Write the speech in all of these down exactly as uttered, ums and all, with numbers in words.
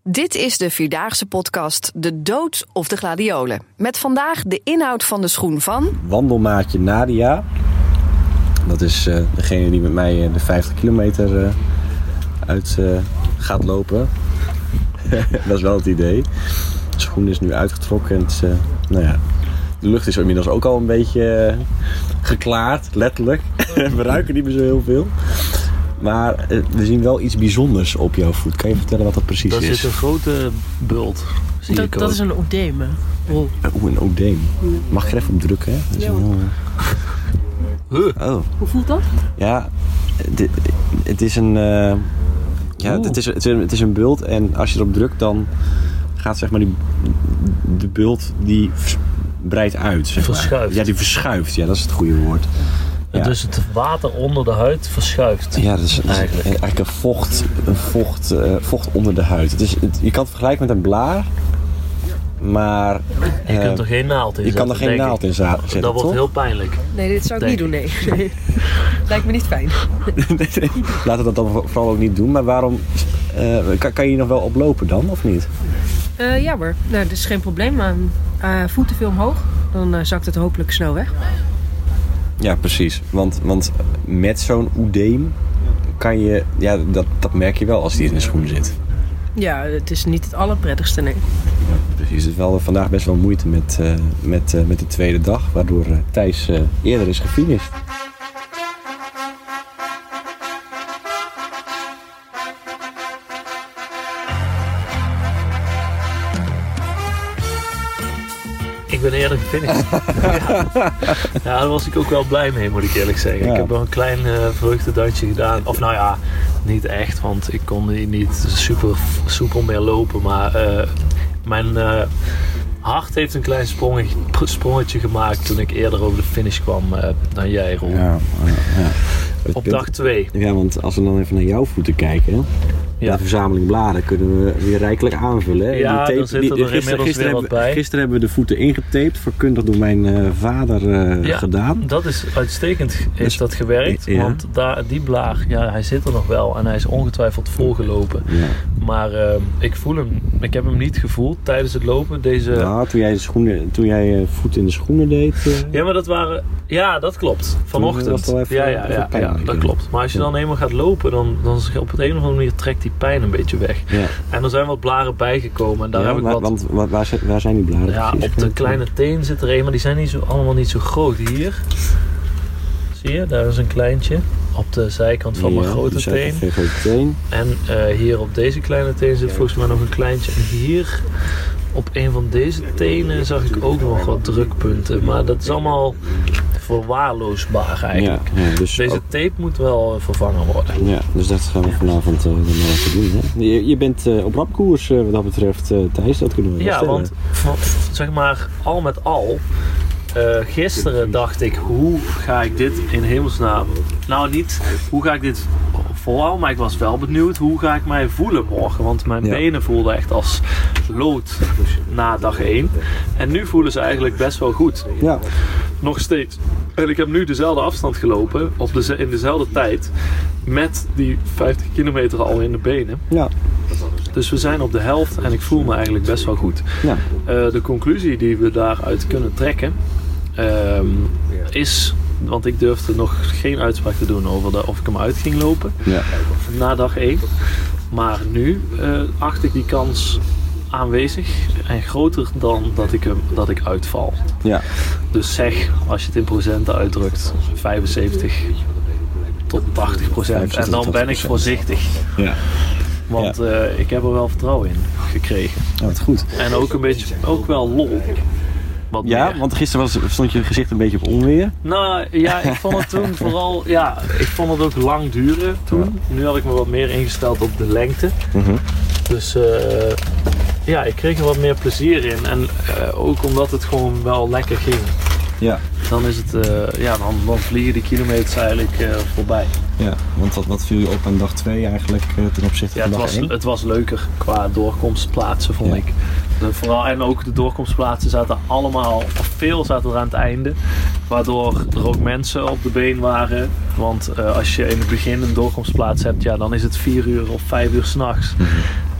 Dit is de Vierdaagse podcast De Dood of de Gladiolen. Met vandaag de inhoud van de schoen van... wandelmaatje Nadia. Dat is uh, degene die met mij uh, de vijftig kilometer uh, uit uh, gaat lopen. Dat is wel het idee. De schoen is nu uitgetrokken. En het is, uh, nou ja, de lucht is inmiddels ook al een beetje uh, geklaard, letterlijk. We ruiken niet meer zo heel veel. Maar uh, we zien wel iets bijzonders op jouw voet. Kan je vertellen wat dat precies dat is? Dat zit een grote bult. Zie dat, ik dat is een oedeem. Oh. Oeh, een oedeem. Mag ik er even op drukken? Hè? Dat is ja. een, uh... oh. Hoe voelt dat? Ja, dit, het is een... Uh, ja, het is, het, is een, het is een bult en als je erop drukt dan gaat zeg maar die, de bult die breidt uit. Zeg maar. Verschuift. Ja, die verschuift. Ja, dat is het goede woord. Ja. Dus het water onder de huid verschuift. Ja, dat is, dat is eigenlijk. eigenlijk een vocht, een vocht, uh, vocht onder de huid. Het is, het, je kan het vergelijken met een blaar, maar... Je uh, kunt er geen naald in je zetten. Je kan er geen naald in zetten, Dat wordt toch? heel pijnlijk. Nee, dit zou ik niet doen, nee. nee. Lijkt me niet fijn. nee, nee. Laten we dat dan vooral ook niet doen. Maar waarom... Uh, kan, kan je hier nog wel oplopen dan, of niet? Uh, ja hoor, nou, dat is geen probleem. Maar uh, voeten veel omhoog, dan uh, zakt het hopelijk snel weg. Ja, precies. Want, want met zo'n oedeem kan je... Ja, dat, dat merk je wel als die in de schoen zit. Ja, het is niet het allerprettigste, nee. Ja, precies. Het is wel vandaag best wel moeite met, uh, met, uh, met de tweede dag. Waardoor uh, Thijs uh, eerder is gefinished. Ik ben eerder gefinished. ja. ja, daar was ik ook wel blij mee, moet ik eerlijk zeggen. Ja. Ik heb wel een klein uh, vreugdedansje gedaan. Of nou ja, niet echt, want ik kon niet super soepel meer lopen. Maar uh, mijn uh, hart heeft een klein sprongetje, sprongetje gemaakt toen ik eerder over de finish kwam uh, dan jij, Roel. Ja, ja, ja. Op punt, dag twee. Ja, want als we dan even naar jouw voeten kijken... Ja. De verzameling bladen kunnen we weer rijkelijk aanvullen. Hè? Ja, daar zit er die, gisteren, gisteren, gisteren weer wat bij. Gisteren hebben we de voeten ingetaped, verkundig door mijn uh, vader uh, ja, gedaan. Dat is uitstekend is dus, dat gewerkt. Ja. Want daar, die blaar, ja, hij zit er nog wel en hij is ongetwijfeld volgelopen. Ja. Maar uh, ik voel hem, ik heb hem niet gevoeld tijdens het lopen. Deze... Ja, toen jij, de schoenen, toen jij uh, voet in de schoenen deed. Uh... Ja, maar dat waren, ja, dat klopt. Vanochtend. Was het even, ja, ja, ja, ja, ja, dat klopt. Maar als je dan eenmaal gaat lopen, dan, dan op het een of andere manier trekt die pijn een beetje weg. Ja. En er zijn wat blaren bijgekomen. En daar ja, heb ik maar, wat... Want waar, waar, waar zijn die blaren? Ja, precies? Op de kleine teen zit er een, maar die zijn niet zo, allemaal niet zo groot. Hier, zie je, daar is een kleintje. Op de zijkant van ja, mijn grote teen. teen. En uh, hier op deze kleine teen zit volgens mij nog een kleintje. En hier op een van deze tenen zag ik ook nog wat drukpunten. Maar dat is allemaal verwaarloosbaar eigenlijk. Ja, ja, dus deze ook... tape moet wel vervangen worden. Ja, dus dat gaan we vanavond uh, dan even doen. Hè? Je, je bent uh, op rapkoers uh, wat dat betreft, uh, Thijs. Dat kunnen we wel ja, stellen. Want van, zeg maar al met al... Uh, gisteren dacht ik, hoe ga ik dit in hemelsnaam... Nou niet, hoe ga ik dit volhouden, maar ik was wel benieuwd hoe ga ik mij voelen morgen. Want mijn ja. benen voelden echt als lood na dag één. En nu voelen ze eigenlijk best wel goed. Ja. Nog steeds. En ik heb nu dezelfde afstand gelopen, op de, in dezelfde tijd, met die vijftig kilometer al in de benen. Ja. Dus we zijn op de helft en ik voel me eigenlijk best wel goed. Ja. Uh, de conclusie die we daaruit kunnen trekken... Um, is, want ik durfde nog geen uitspraak te doen over de, of ik hem uit ging lopen ja. na dag één. Maar nu uh, acht ik die kans aanwezig en groter dan dat ik, hem, dat ik uitval. Ja. Dus zeg, als je het in procenten uitdrukt, vijfenzeventig tot tachtig procent. En dan ben ik voorzichtig. Ja. Want ja. uh, ik heb er wel vertrouwen in gekregen. Ja, wat goed. En ook een beetje, ook wel lol. Ja, meer. Want gisteren was, stond je gezicht een beetje op onweer. Nou ja, ik vond het toen vooral, ja, ik vond het ook lang duren toen. Ja. Nu had ik me wat meer ingesteld op de lengte. Mm-hmm. Dus uh, ja, ik kreeg er wat meer plezier in. En uh, ook omdat het gewoon wel lekker ging. Ja. Dan is het, uh, ja, dan, dan vliegen die kilometers eigenlijk uh, voorbij. Ja, want wat, wat viel je op aan dag twee eigenlijk uh, ten opzichte ja, van dag was, één? Het was leuker qua doorkomstplaatsen, vond ja. ik. De, vooral, en ook de doorkomstplaatsen zaten allemaal, of veel zaten er aan het einde. Waardoor er ook mensen op de been waren. Want uh, als je in het begin een doorkomstplaats hebt, ja, dan is het vier uur of vijf uur 's nachts. Mm-hmm.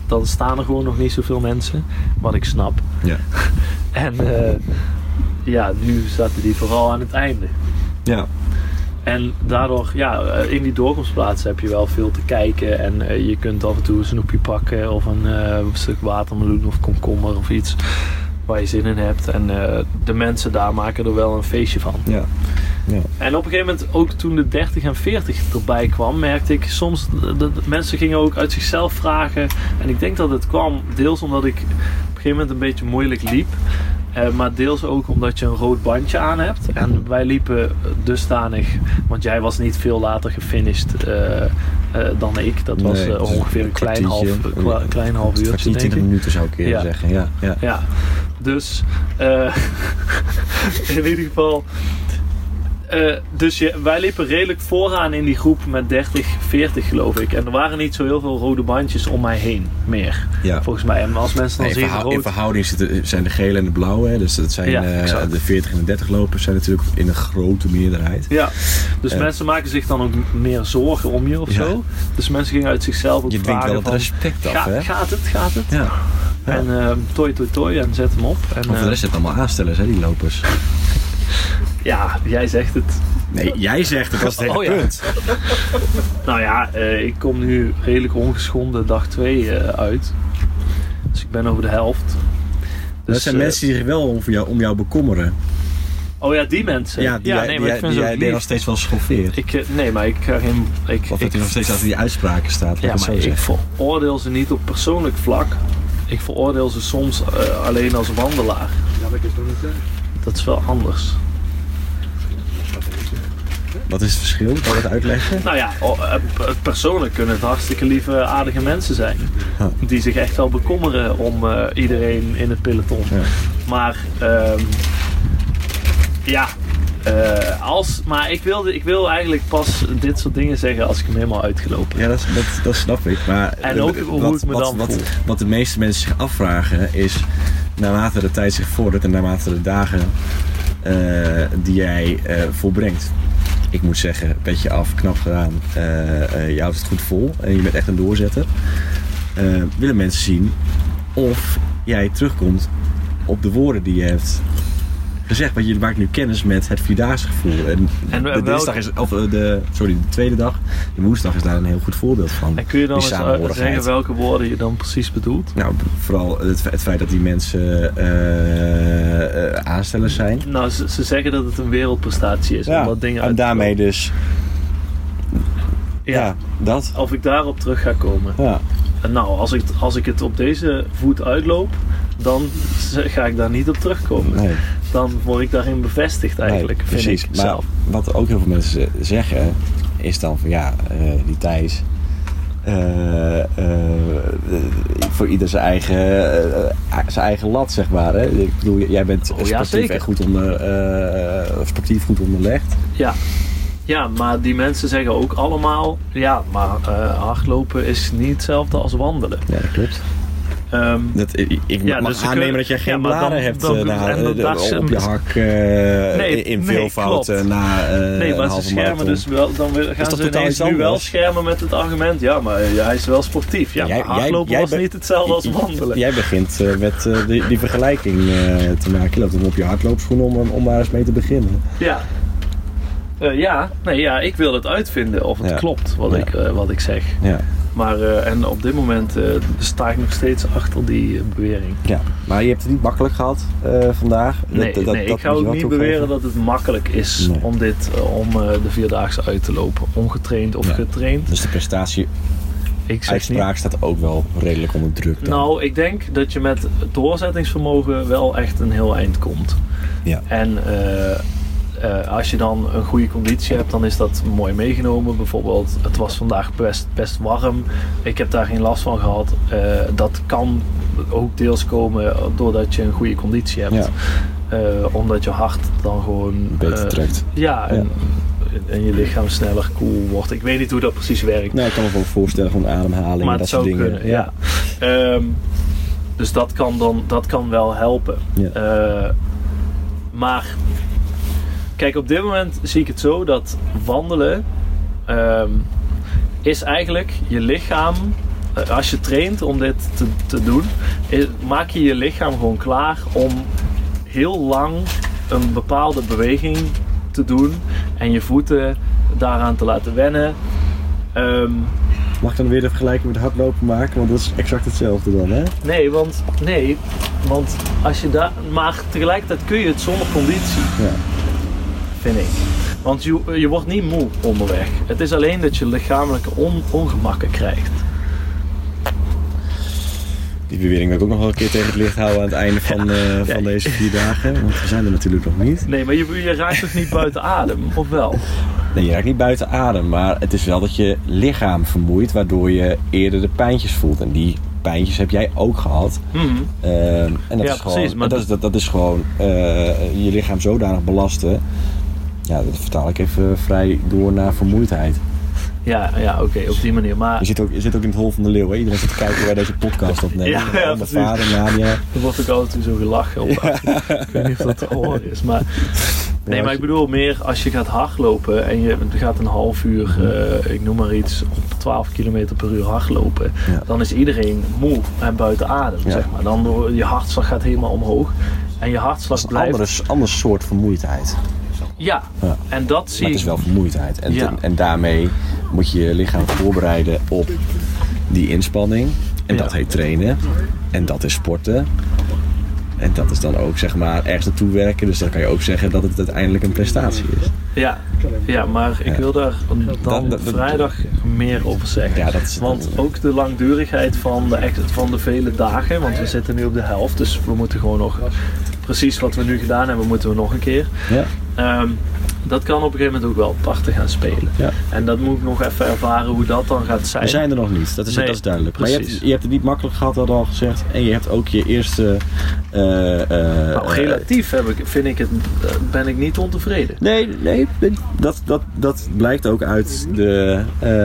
dan staan er gewoon nog niet zoveel mensen. Wat ik snap. Ja. En uh, ja, nu zaten die vooral aan het einde. Ja. En daardoor, ja, in die doorkomstplaatsen heb je wel veel te kijken. En uh, je kunt af en toe een snoepje pakken of een uh, stuk watermeloen of komkommer of iets waar je zin in hebt. En uh, de mensen daar maken er wel een feestje van. Ja. Ja. En op een gegeven moment, ook toen de dertig en veertig erbij kwam, merkte ik soms dat de, de mensen gingen ook uit zichzelf vragen. En ik denk dat het kwam deels omdat ik op een gegeven moment een beetje moeilijk liep. Uh, maar deels ook omdat je een rood bandje aan hebt. En wij liepen dusdanig, want jij was niet veel later gefinished uh, uh, dan ik. Dat was nee, uh, ongeveer een klein half, uh, een klein half uurtje, denk ik. twintig minuten zou ik eerder ja. zeggen. Ja, ja. ja. Dus uh, in ieder geval... Uh, dus je, wij liepen redelijk vooraan in die groep met dertig, veertig geloof ik. En er waren niet zo heel veel rode bandjes om mij heen meer. Ja. Volgens mij. En als mensen dan nee, zien in, verhou- rood... in verhouding zitten, zijn de gele en de blauwe. Hè? Dus dat zijn ja, uh, de veertig en de dertig lopers zijn natuurlijk in een grote meerderheid. Ja, dus uh, mensen maken zich dan ook meer zorgen om je of ja. zo. Dus mensen gingen uit zichzelf ook je vragen dwingt wel het van, respect af, ga, hè? Gaat het, gaat het? Ja. Ja. En uh, toi, toi, toi en zet hem op. En, of de rest zijn allemaal aanstellers, hè, die lopers. Ja, jij zegt het. Nee, jij zegt het, dat is het hele oh, ja. punt. Nou ja, uh, ik kom nu redelijk ongeschonden dag twee uh, uit. Dus ik ben over de helft. Dus, dat zijn uh, mensen die zich wel om jou, om jou bekommeren. Oh ja, die mensen. Ja, die ja, jij, nee, die, maar ik vind die, ze jij die nog steeds wel schoffeert. Ik, uh, nee, maar ik ga geen... Ik, of dat ik, hij nog steeds achter die uitspraken staat. Ja, maar ik veroordeel ze niet op persoonlijk vlak. Ik veroordeel ze soms uh, alleen als wandelaar. Ja, dat is nog niet zeggen. Dat is wel anders. Wat is het verschil? Kan je het uitleggen? Nou ja, persoonlijk kunnen het hartstikke lieve, aardige mensen zijn. Huh. Die zich echt wel bekommeren om uh, iedereen in het peloton. Ja. Maar, um, ja, uh, als, maar ik, wilde, ik wil eigenlijk pas dit soort dingen zeggen als ik hem helemaal uitgelopen heb. Ja, dat, dat, dat snap ik. Maar en ook hoe wat, ik me wat, dan wat, voel. wat de meeste mensen zich afvragen is, naarmate de tijd zich vordert en naarmate de dagen uh, die jij uh, volbrengt. Ik moet zeggen, petje af, knap gedaan. Uh, uh, je houdt het goed vol en je bent echt een doorzetter. Uh, willen mensen zien of jij terugkomt op de woorden die je hebt gezegd. Want je maakt nu kennis met het vierdaagse gevoel. En, en de, welk... dinsdag is, of de, sorry, de tweede dag, de woensdag is daar een heel goed voorbeeld van. En kun je dan eens zeggen welke woorden je dan precies bedoelt? Nou, vooral het, het feit dat die mensen uh, uh, aanstellers zijn. Nou, ze, ze zeggen dat het een wereldprestatie is. Ja, om dat dingen en daarmee dus... Ja, ja, dat. Of ik daarop terug ga komen. Ja. En nou, als ik, als ik het op deze voet uitloop, dan ga ik daar niet op terugkomen. Nee. Dan word ik daarin bevestigd eigenlijk, nee, vind precies. ik maar zelf. Wat ook heel veel mensen zeggen, is dan van ja, uh, die Thijs... Uh, uh, voor ieder zijn eigen, uh, zijn eigen lat, zeg maar. Hè? Ik bedoel, jij bent oh, ja, sportief, en goed onder, uh, sportief goed onderlegd. Ja. Ja, maar die mensen zeggen ook allemaal, ja, maar uh, hardlopen is niet hetzelfde als wandelen. Ja, dat klopt. Um, dat, ik ik ja, mag dus aannemen kunnen, dat jij geen ja, blaren dan, hebt dan, na, dan, uh, dan, op je hak uh, nee, in veel nee, fouten na uh, nee, maar ze schermen dus wel, dan gaan ze ineens nu wel schermen met het argument, ja, maar uh, hij is wel sportief. Ja, jij, maar hardlopen jij, was jij, niet hetzelfde als wandelen. Jij begint uh, met uh, die, die vergelijking uh, te maken. Je loopt hem op je hardloopschoenen om, om daar eens mee te beginnen. Ja. Uh, ja, nee, ja, ik wil het uitvinden of het ja. klopt wat, ja. ik, uh, wat ik zeg. Ja. Maar uh, en op dit moment uh, sta ik nog steeds achter die uh, bewering. Ja, maar je hebt het niet makkelijk gehad uh, vandaag. Nee, dat, dat, nee dat ik ga ook niet beweren dat het makkelijk is nee. om dit, uh, om uh, de vierdaagse uit te lopen. Ongetraind of ja. getraind. Dus de prestatie ik uitspraak niet. Staat ook wel redelijk onder druk dan. Nou, ik denk dat je met doorzettingsvermogen wel echt een heel eind komt. Ja. En... Uh, Uh, als je dan een goede conditie hebt, dan is dat mooi meegenomen. Bijvoorbeeld, het was vandaag best, best warm. Ik heb daar geen last van gehad. Uh, dat kan ook deels komen doordat je een goede conditie hebt. Ja. Uh, omdat je hart dan gewoon... beter uh, trekt. Ja, en, ja. en je lichaam sneller koel wordt. Ik weet niet hoe dat precies werkt. Nee, ik kan me wel voorstellen, gewoon ademhaling maar en dat soort dingen. Kunnen, ja. Ja. Um, dus dat kan, dan, dat kan wel helpen. Ja. Uh, maar... Kijk, op dit moment zie ik het zo dat wandelen um, is eigenlijk je lichaam als je traint om dit te, te doen, is, maak je je lichaam gewoon klaar om heel lang een bepaalde beweging te doen en je voeten daaraan te laten wennen. Um, Mag ik dan weer de vergelijking met hardlopen maken? Want dat is exact hetzelfde dan, hè? Nee, want, nee, want als je daar... Maar tegelijkertijd kun je het zonder conditie. Ja. Vind ik. Want je, je wordt niet moe onderweg. Het is alleen dat je lichamelijke on, ongemakken krijgt. Die bewering wil ik ook nog wel een keer tegen het licht houden aan het einde van, uh, van ja. deze vier dagen. Want we zijn er natuurlijk nog niet. Nee, maar je, je raakt toch niet buiten adem, of wel? Nee, je raakt niet buiten adem. Maar het is wel dat je lichaam vermoeit, waardoor je eerder de pijntjes voelt. En die pijntjes heb jij ook gehad. Mm-hmm. Uh, en dat, ja, is gewoon, precies, maar dat, is, dat, dat is gewoon uh, je lichaam zodanig belasten. Ja, dat vertaal ik even vrij door naar vermoeidheid. Ja, ja oké, okay, op die manier. Maar... Je, zit ook, je zit ook in het hol van de leeuw, hè? Iedereen zit te kijken waar deze podcast opneemt. Ja, ja, mijn vader, Nadia. Er wordt ook altijd zo gelachen op. Ja. Ik weet niet of dat te horen is, maar... Nee, maar ik bedoel meer als je gaat hardlopen en je gaat een half uur, uh, ik noem maar iets, op twaalf kilometer per uur hardlopen. Ja. Dan is iedereen moe en buiten adem, ja. zeg maar. Dan je hartslag gaat helemaal omhoog en je hartslag dat is blijft... een andere, ander soort vermoeidheid. Ja, ja, en dat zie maar het is wel vermoeidheid. En, ja. te, en daarmee moet je je lichaam voorbereiden op die inspanning. En ja. dat heet trainen. En dat is sporten. En dat is dan ook zeg maar ergens naartoe werken. Dus dan kan je ook zeggen dat het uiteindelijk een prestatie is. Ja, ja maar ik ja. wil daar dan dat, dat, vrijdag meer over zeggen. Ja, dat is, want ook de langdurigheid van de, van de vele dagen. Want we zitten nu op de helft. Dus we moeten gewoon nog... Precies wat we nu gedaan hebben, moeten we nog een keer. Ja. Um, dat kan op een gegeven moment ook wel parten gaan spelen. Ja. En dat moet ik nog even ervaren hoe dat dan gaat zijn. We zijn er nog niet, dat is, nee, dat is duidelijk. Precies. Maar je hebt, je hebt het niet makkelijk gehad, hadden we al gezegd. En je hebt ook je eerste... Uh, uh, nou, relatief heb ik, vind ik het, ben ik niet ontevreden. Nee, nee dat, dat, dat blijkt ook uit de,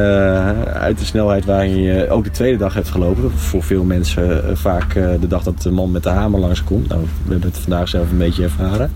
uh, uit de snelheid waarin je ook de tweede dag hebt gelopen. Voor veel mensen uh, vaak uh, de dag dat de man met de hamer langskomt. Nou, we hebben het vandaag zelf een beetje ervaren.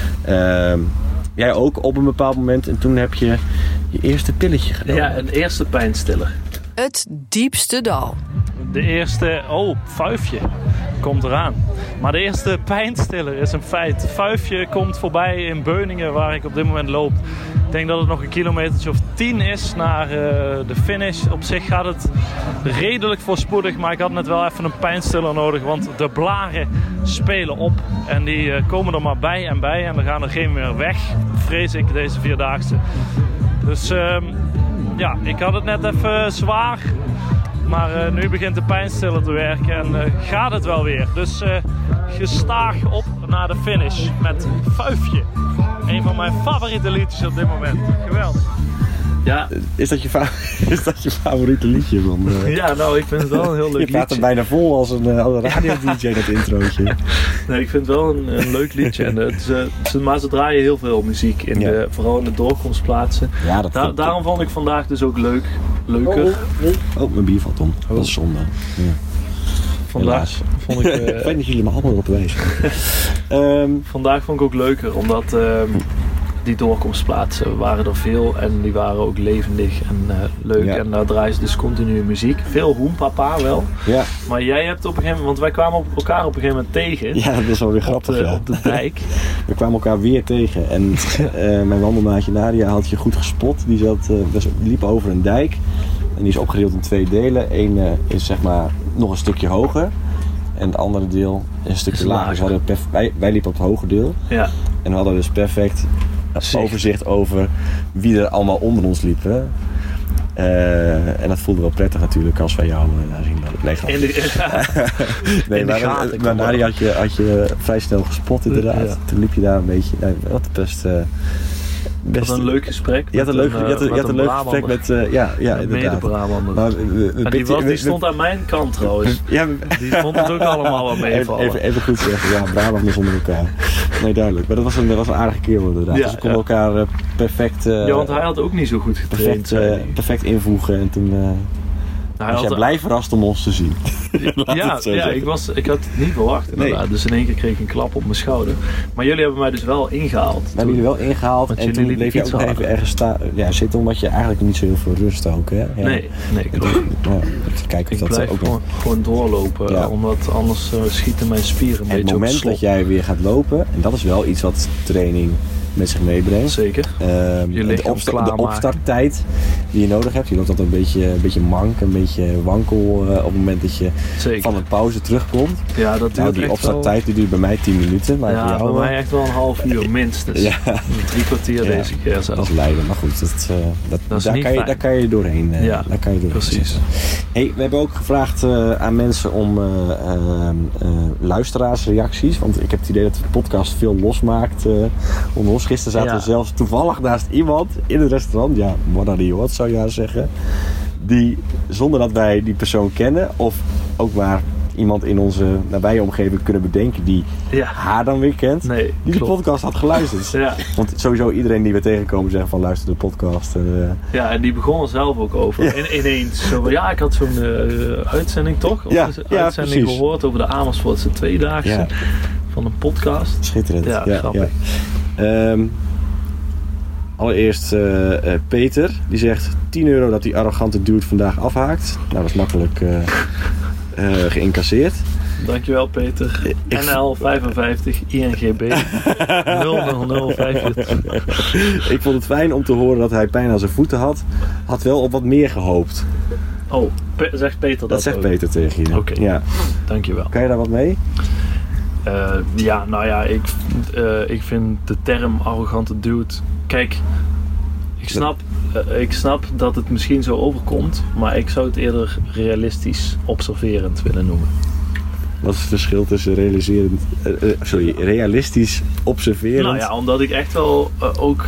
Ja. Uh, Jij ook op een bepaald moment en toen heb je je eerste pilletje genomen. Ja, een eerste pijnstiller. Het diepste dal. De eerste, oh, Fuifje komt eraan. Maar de eerste pijnstiller is een feit. Fuifje komt voorbij in Beuningen waar ik op dit moment loop. Ik denk dat het nog een kilometertje of tien is naar uh, de finish. Op zich gaat het redelijk voorspoedig, maar ik had net wel even een pijnstiller nodig. Want de blaren spelen op en die uh, komen er maar bij en bij. En er gaan er geen meer weg, vrees ik, deze vierdaagse. Dus uh, ja, ik had het net even zwaar. Maar uh, nu begint de pijnstiller te werken en uh, gaat het wel weer. Dus uh, gestaag op naar de finish met Fuifje. Een van mijn favoriete liedjes op dit moment. Geweldig. Ja. Is dat je, fa- is dat je favoriete liedje? Van, uh... Ja, nou, ik vind het wel een heel leuk liedje. Je praat er bijna vol als een, uh, als een radio-dj, dat introotje. Nee, ik vind het wel een, een leuk liedje. En het, uh, maar ze draaien heel veel muziek, in ja. de, vooral in de doorkomstplaatsen. Ja, dat da- daarom vond ik vandaag dus ook leuk, leuker. Oh, oh. oh mijn bier valt om. Oh. Dat is zonde. Ja. Vandaag vond ik... Uh... Fijn dat jullie me allemaal op wezen. um, vandaag vond ik ook leuker, omdat... Uh, die doorkomstplaatsen waren er veel en die waren ook levendig en uh, leuk. Ja. En daar draaien ze dus continu muziek. Veel hoenpapa wel. Ja. Maar jij hebt op een gegeven moment, want wij kwamen op elkaar op een gegeven moment tegen. Ja, dat is wel weer grappig. Op de, ja. op de dijk. We kwamen elkaar weer tegen. En uh, mijn wandelmaatje Nadia had je goed gespot. Die, zat, uh, die liep over een dijk. En die is opgedeeld in twee delen. Eén uh, is zeg maar nog een stukje hoger. En het andere deel is een stukje lager. lager. Dus we hadden perf- wij, wij liepen op het hoge deel. Ja. En we hadden dus perfect... Zicht. Overzicht over wie er allemaal onder ons liepen. Uh, en dat voelde wel prettig natuurlijk als wij jou uh, daar zien. Nee, in de, ja. nee, in maar, de gaten, maar Nadia had je, had je vrij snel gespot inderdaad. Ja. Toen liep je daar een beetje... Nou, wat best... Uh, best wat een leuk gesprek. Je had een leuk, een, je had, je had een, een leuk gesprek met... Uh, ja, ja, met inderdaad. Maar, uh, en die, was, die stond aan mijn kant trouwens. Ja, die vond het ook allemaal wel meevallen. Even, even goed zeggen. Ja, Brabanders onder elkaar. Nee, duidelijk. Maar dat was een, dat was een aardige kerel inderdaad. Ja, dus we konden ja. elkaar uh, perfect... Uh, ja, want hij had ook niet zo goed getraind. Perfect, uh, perfect invoegen. En toen uh, nou, was jij blij verrast om ons te zien. ja, het zo ja zeggen. ik, was, ik had het niet verwacht inderdaad. Nee. Dus in één keer kreeg ik een klap op mijn schouder. Maar jullie hebben mij dus wel ingehaald. We hebben jullie wel ingehaald Want en jullie toen liepen bleef je iets ook nog harder. even ergens staan. Ja, zitten omdat je eigenlijk niet zo heel veel rust ook, hè? Ja. Nee, nee, klopt. Ja, even kijken Ik of dat blijf ook gewoon, nog... gewoon doorlopen, Ja. omdat anders uh, schieten mijn spieren een Het beetje op moment slot. dat jij weer gaat lopen, en dat is wel iets wat training met zich meebrengt. Zeker. Um, Je de, lichaam opsta- de klaarmaken. opstarttijd die je nodig hebt. Je loopt altijd een beetje, een beetje mank, een beetje wankel uh, op het moment dat je Zeker. van een pauze terugkomt. Ja, dat Nou, duurt die echt opstarttijd die duurt bij mij tien minuten. Maar wel, voor ja, jou, bij mij echt wel een half uur minstens. Ja. Drie kwartier Ja, deze keer dat zelfs. is lijden. Maar goed, dat, uh, dat, Dat is daar, niet kan je, fijn. daar kan je doorheen. Uh, Ja, daar kan je doorheen precies. zitten. Hey, we hebben ook gevraagd uh, aan mensen om uh, uh, uh, luisteraarsreacties. Want ik heb het idee dat de podcast veel losmaakt uh, onder ons. Gisteren zaten Ja. we zelfs toevallig naast iemand in het restaurant. Ja, what are you what zou je haar zeggen. Die zonder dat wij die persoon kennen of ook maar iemand in onze nabije omgeving kunnen bedenken die Ja. haar dan weer kent. Nee, Die de klopt. podcast had geluisterd. Ja. Want sowieso iedereen die we tegenkomen zeggen van luister de podcast. Uh, Ja, en die begon er zelf ook over. Ja. In, ineens. Zo van, ja, ik had zo'n uh, uitzending toch? Of Ja, een ja, uitzending precies. gehoord over de Amersfoortse Tweedaagse Ja. van een podcast. Schitterend. Ja, grappig. Ja. Um, allereerst uh, uh, Peter, die zegt tien euro dat die arrogante dude vandaag afhaakt. Nou, dat is makkelijk uh, uh, geïncasseerd. Dankjewel Peter. Ik- N L vijfenvijftig I N G B nul nul nul vijf. Ik vond het fijn om te horen dat hij pijn aan zijn voeten had. Had wel op wat meer gehoopt. Oh, Pe- zegt Peter dat Dat zegt ook? Peter tegen je. Oké. Ja. Dankjewel. Kan je daar wat mee? Uh, ja, nou ja, ik, uh, ik vind de term arrogante dude... Kijk, ik snap, uh, ik snap dat het misschien zo overkomt, maar ik zou het eerder realistisch observerend willen noemen. Wat is het verschil tussen realiserend, uh, uh, sorry, realistisch observerend? Nou ja, omdat ik echt wel uh, ook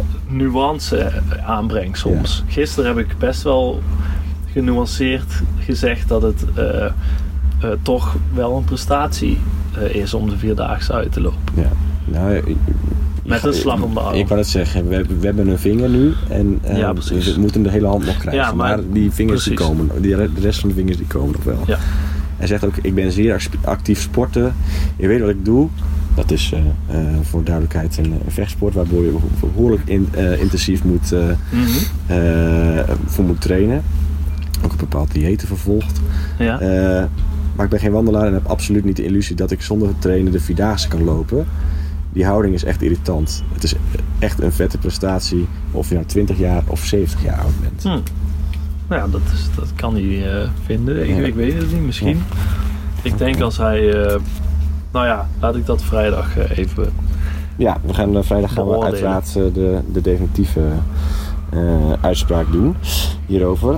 nuance aanbreng soms. Ja. Gisteren heb ik best wel genuanceerd gezegd dat het uh, uh, toch wel een prestatie uh, is om de Vierdaagse uit te lopen. Ja. Nou, je, Met een slag om de arm. Ik kan het zeggen, we, we hebben een vinger nu en uh, Ja, precies. we moeten de hele hand nog krijgen. Ja, maar, maar die vingers die precies. komen, die, de rest van de vingers die komen nog wel. Ja. Hij zegt ook, ik ben zeer actief sporten. Je weet wat ik doe. Dat is uh, uh, voor duidelijkheid een, een vechtsport waarbij je behoorlijk in, uh, intensief moet, uh, Mm-hmm. uh, voor moet trainen. Ook een bepaald dieet vervolgt. Ja. Uh, maar ik ben geen wandelaar en heb absoluut niet de illusie dat ik zonder te trainen de Vierdaagse kan lopen. Die houding is echt irritant. Het is echt een vette prestatie of je nou twintig jaar of zeventig jaar oud bent. Hm. Nou ja, dat, is, dat kan hij uh, vinden. Ik, Ja. ik weet het niet, misschien. Ja. Ik denk als hij... Uh, nou ja, laat ik dat vrijdag uh, even... Ja, we gaan, uh, vrijdag gaan we beoordelen. uiteraard uh, de, de definitieve uh, uitspraak doen hierover.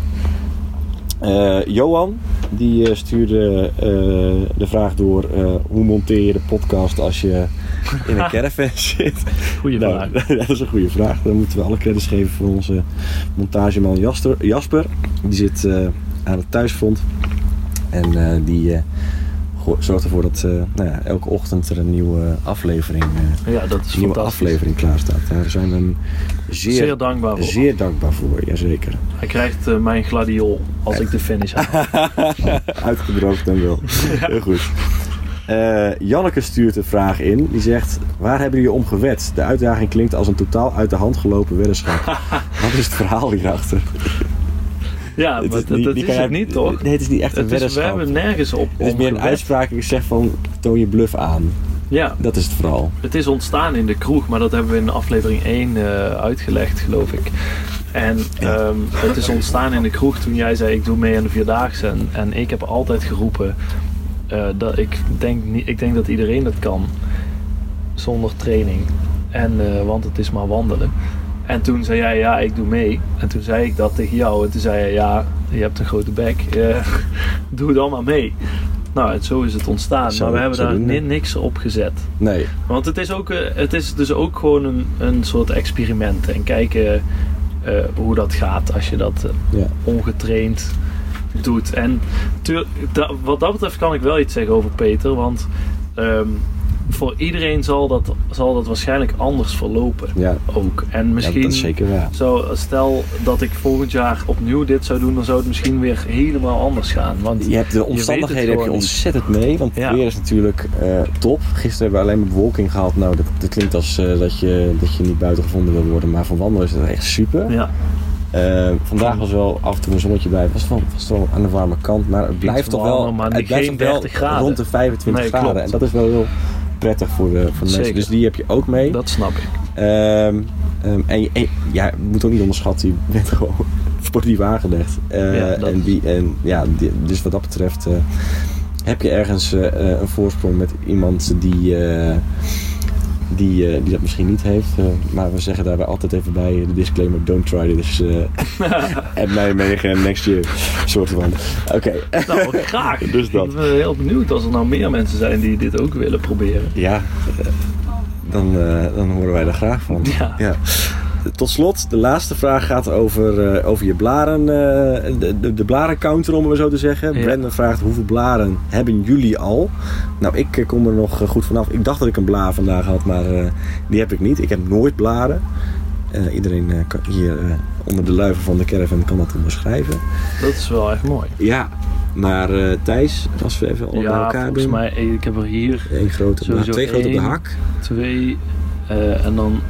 Uh, Johan, die uh, stuurde uh, de vraag door uh, hoe monteer je de podcast als je in een caravan zit. Goeie Nou, vraag. dat is een goede vraag. Dan moeten we alle credits geven voor onze montageman Jasper. Jasper. Die zit uh, aan het thuisfront. En uh, die uh, go- zorgt ervoor dat uh, nou ja, elke ochtend er een nieuwe aflevering, uh, Ja, dat is een nieuwe fantastisch. aflevering klaar staat. Daar zijn we hem zeer, Zeer dankbaar voor. zeer dankbaar voor. Jazeker. Hij krijgt uh, mijn gladiol als ik de finish haal. Uitgedroogd dan wel. Heel goed. Uh, Janneke stuurt een vraag in. Die zegt, waar hebben jullie om gewed? De uitdaging klinkt als een totaal uit de hand gelopen weddenschap. Wat is het verhaal hierachter? Ja, maar dat, dat is het niet, toch? Nee, het is niet echt een Het is, we weddenschap. hebben nergens op Het is meer een omgewed. uitspraak. Ik zeg van, toon je bluff aan. Ja, Dat is het vooral. het is ontstaan in de kroeg, maar dat hebben we in aflevering één uh, uitgelegd, geloof ik. En Ja. um, het is ontstaan in de kroeg toen jij zei, ik doe mee aan de Vierdaagse. En, en ik heb altijd geroepen, uh, dat ik, denk niet, ik denk dat iedereen dat kan, zonder training. En, uh, want het is maar wandelen. En toen zei jij, ja, ik doe mee. En toen zei ik dat tegen jou. En toen zei je, ja, je hebt een grote bek. Uh, doe dan maar mee. Nou, en zo is het ontstaan. Zo- maar we hebben zo daar doen we. ni- niks op gezet. Nee. Want het is, ook, uh, het is dus ook gewoon een, een soort experiment. En kijken uh, hoe dat gaat als je dat uh, Ja. ongetraind doet. En tuur, da, wat dat betreft kan ik wel iets zeggen over Peter. Want um, voor iedereen zal dat, zal dat waarschijnlijk anders verlopen. Ja. Ook. En misschien, ja, dat is zeker waar. Zo, stel dat ik volgend jaar opnieuw dit zou doen, dan zou het misschien weer helemaal anders gaan. Want je hebt de omstandigheden heb je ontzettend mee, want het ja. weer is natuurlijk uh, top. Gisteren hebben we alleen maar bewolking gehad. Nou, dat, dat klinkt als uh, dat, je, dat je niet buiten gevonden wil worden, maar voor wandelen is het echt super. Ja. Uh, vandaag was wel af en toe een zonnetje bij. Het was wel, was wel aan de warme kant, maar het blijft toch wel, maar het blijft geen wel graden. Rond de vijfentwintig nee, graden. Klopt. En dat is wel heel prettig voor de, voor de mensen. Dus die heb je ook mee. Dat snap ik. Um, um, en, je, en ja, je moet ook niet onderschatten, je bent gewoon sportief aangelegd. Uh, ja, dat... en die, en, ja, die, dus wat dat betreft uh, heb je ergens uh, een voorsprong met iemand die... Uh, Die, uh, die dat misschien niet heeft. Uh, maar we zeggen daarbij altijd even bij de disclaimer: don't try this uh, at Nijmegen next year. Soort van. Oké. Okay. Nou, graag. Dus dat. Ik ben heel benieuwd als er nou meer mensen zijn die dit ook willen proberen. Ja, uh, dan, uh, dan horen wij er graag van. Ja. Ja. Tot slot, de laatste vraag gaat over, uh, over je blaren, uh, de, de, de blarencounter om het maar zo te zeggen. Ja. Brandon vraagt hoeveel blaren hebben jullie al? Nou, ik uh, kom er nog uh, goed vanaf. Ik dacht dat ik een blaar vandaag had, maar uh, die heb ik niet. Ik heb nooit blaren. Uh, iedereen uh, kan hier uh, onder de luiven van de caravan kan dat onderschrijven. Dat is wel echt mooi. Ja, maar uh, Thijs, als we even al ja, bij elkaar doen. Ja, volgens mij, ik heb er hier Eén grote blaar, twee grote op de hak. Twee, uh, en dan...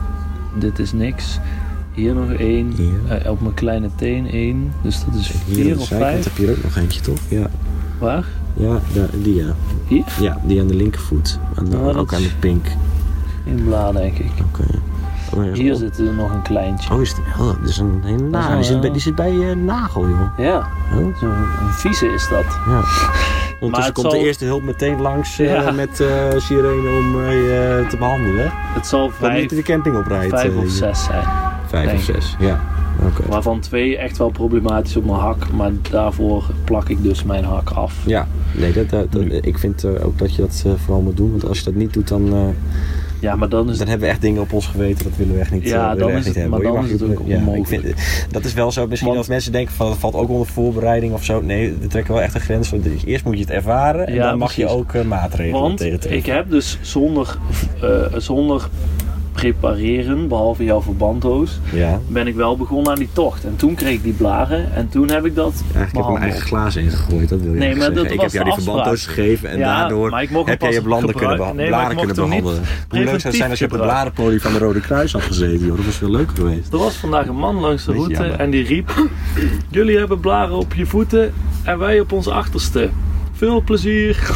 Dit is niks. Hier nog één. Uh, op mijn kleine teen één. Dus dat is vier of vijf. Heb je hier ook nog eentje, toch? Ja. Waar? Ja, daar, die ja. Hier? Ja, die aan de linkervoet. Aan de, oh, ook aan de pink. In blaar, denk ik. Oké. Okay. Oh, ja, hier op. zit er nog een kleintje. Oh, is het, oh dat is een hele nagel. Die, zit bij, die zit bij je uh, nagel, joh. Ja. Oh. Zo, een vieze is dat. Ja. Ondertussen komt zal... de eerste hulp meteen langs uh, ja. met uh, sirene om uh, je te behandelen. Het zal vijf, niet de camping oprijdt. Vijf uh, of zes zijn. Vijf of zes, ja. Okay. Waarvan twee echt wel problematisch op mijn hak, maar daarvoor plak ik dus mijn hak af. Ja, nee, dat, dat, dat, ik vind uh, ook dat je dat uh, vooral moet doen, want als je dat niet doet, dan, uh, ja, maar dan, is dan hebben we echt dingen op ons geweten, dat willen we echt niet, ja, uh, dan echt is niet het, hebben. Maar dan is het ook ja, onmogelijk. Ik vind, dat is wel zo, misschien want, als mensen denken van dat valt ook onder voorbereiding of zo. Nee, er trekken wel echt een grens. Want eerst moet je het ervaren en ja, dan mag precies. je ook uh, maatregelen want tegen treffen. Ik heb dus zonder, uh, zonder prepareren, behalve jouw verbanddoos, ja. ben ik wel begonnen aan die tocht. En toen kreeg ik die blaren en toen heb ik dat Eigenlijk heb ik mijn eigen glazen ingegooid, dat wil je nee, maar dat Ik heb jou die verbanddoos gegeven en ja, daardoor heb jij je blaren kunnen, beha- nee, blaren kunnen behandelen. Hoe leuk zou het zijn als je op de blarenpolie van de Rode Kruis had gezeten, joh. Dat was veel leuker geweest. Er was vandaag een man langs de route en die riep: jullie hebben blaren op je voeten en wij op onze achterste. Veel plezier.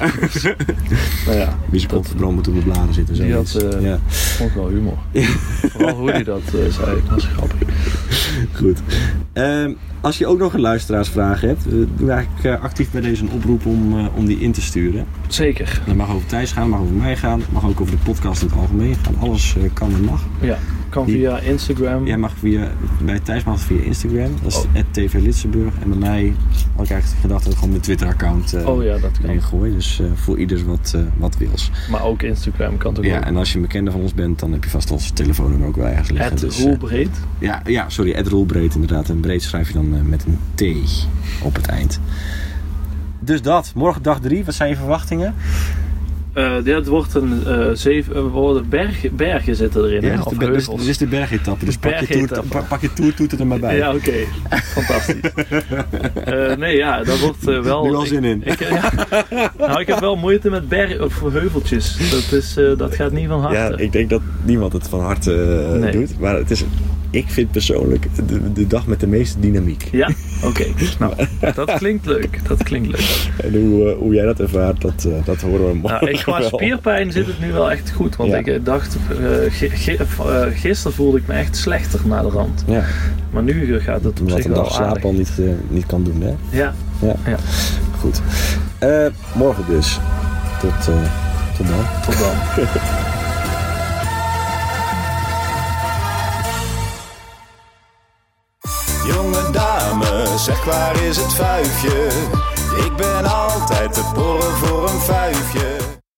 Nou ja, wie ze komt verbrand moet op de bladen zitten. Die had uh, ja. vond ik wel humor. Ja. Vooral hoe hij dat uh, zei. Dat was grappig. Goed. Um, als je ook nog een luisteraarsvraag hebt, we doen eigenlijk uh, actief bij deze een oproep om, uh, om die in te sturen. Zeker. Dat mag over Thijs gaan, mag over mij gaan, mag ook over de podcast in het algemeen gaan. Alles uh, kan en mag. Ja, kan die, via Instagram. Ja, mag via, bij Thijs mag het via Instagram. Dat is oh. at T V Litsenburg. En bij mij had ik eigenlijk gedacht dat ik gewoon mijn Twitter-account uh, oh, ja, dat kan. erin gooi. Dus uh, voor ieders wat, uh, wat wils. Maar ook Instagram kan het ook. Ja, ook. En als je een bekende van ons bent, dan heb je vast onze telefoonnummer ook wel ergens liggen. Het dus, Roelbreed? Uh, ja, ja, sorry, het Roelbreed inderdaad. En breed schrijf je dan uh, met een T op het eind. Dus dat, morgen dag drie. Wat zijn je verwachtingen? Uh, dit wordt een uh, zeven uh, berg, bergen zitten erin. Ja, hè? Of dus, dus, dus is de bergetappe. Dus pak je, toer, pak, pak je toertoeter er maar bij. Ja, oké. Okay. Fantastisch. uh, nee, ja, dat wordt uh, wel... Nu al zin in. Ik, ik, ja, nou, ik heb wel moeite met berg, of heuveltjes. Dat, is, uh, dat gaat niet van harte. Ja, ik denk dat niemand het van harte uh, nee. doet. Maar het is... Ik vind persoonlijk de, de dag met de meeste dynamiek. Ja, oké. Okay. Nou, dat klinkt leuk. Dat klinkt leuk. En hoe, uh, hoe jij dat ervaart, dat, uh, dat horen we morgen nou, ik, qua wel. Spierpijn zit het nu wel echt goed. Want ja. ik dacht, uh, g- g- uh, gisteren voelde ik me echt slechter na de rand. Ja. Maar nu gaat het op Omdat zich wel aardig. Omdat een dag slaap al niet, uh, niet kan doen, hè? Ja. Ja. ja. Goed. Uh, morgen dus. Tot, uh, tot dan. Tot dan. Jonge dame, zeg waar is het vuifje? Ik ben altijd te porren voor een vuifje.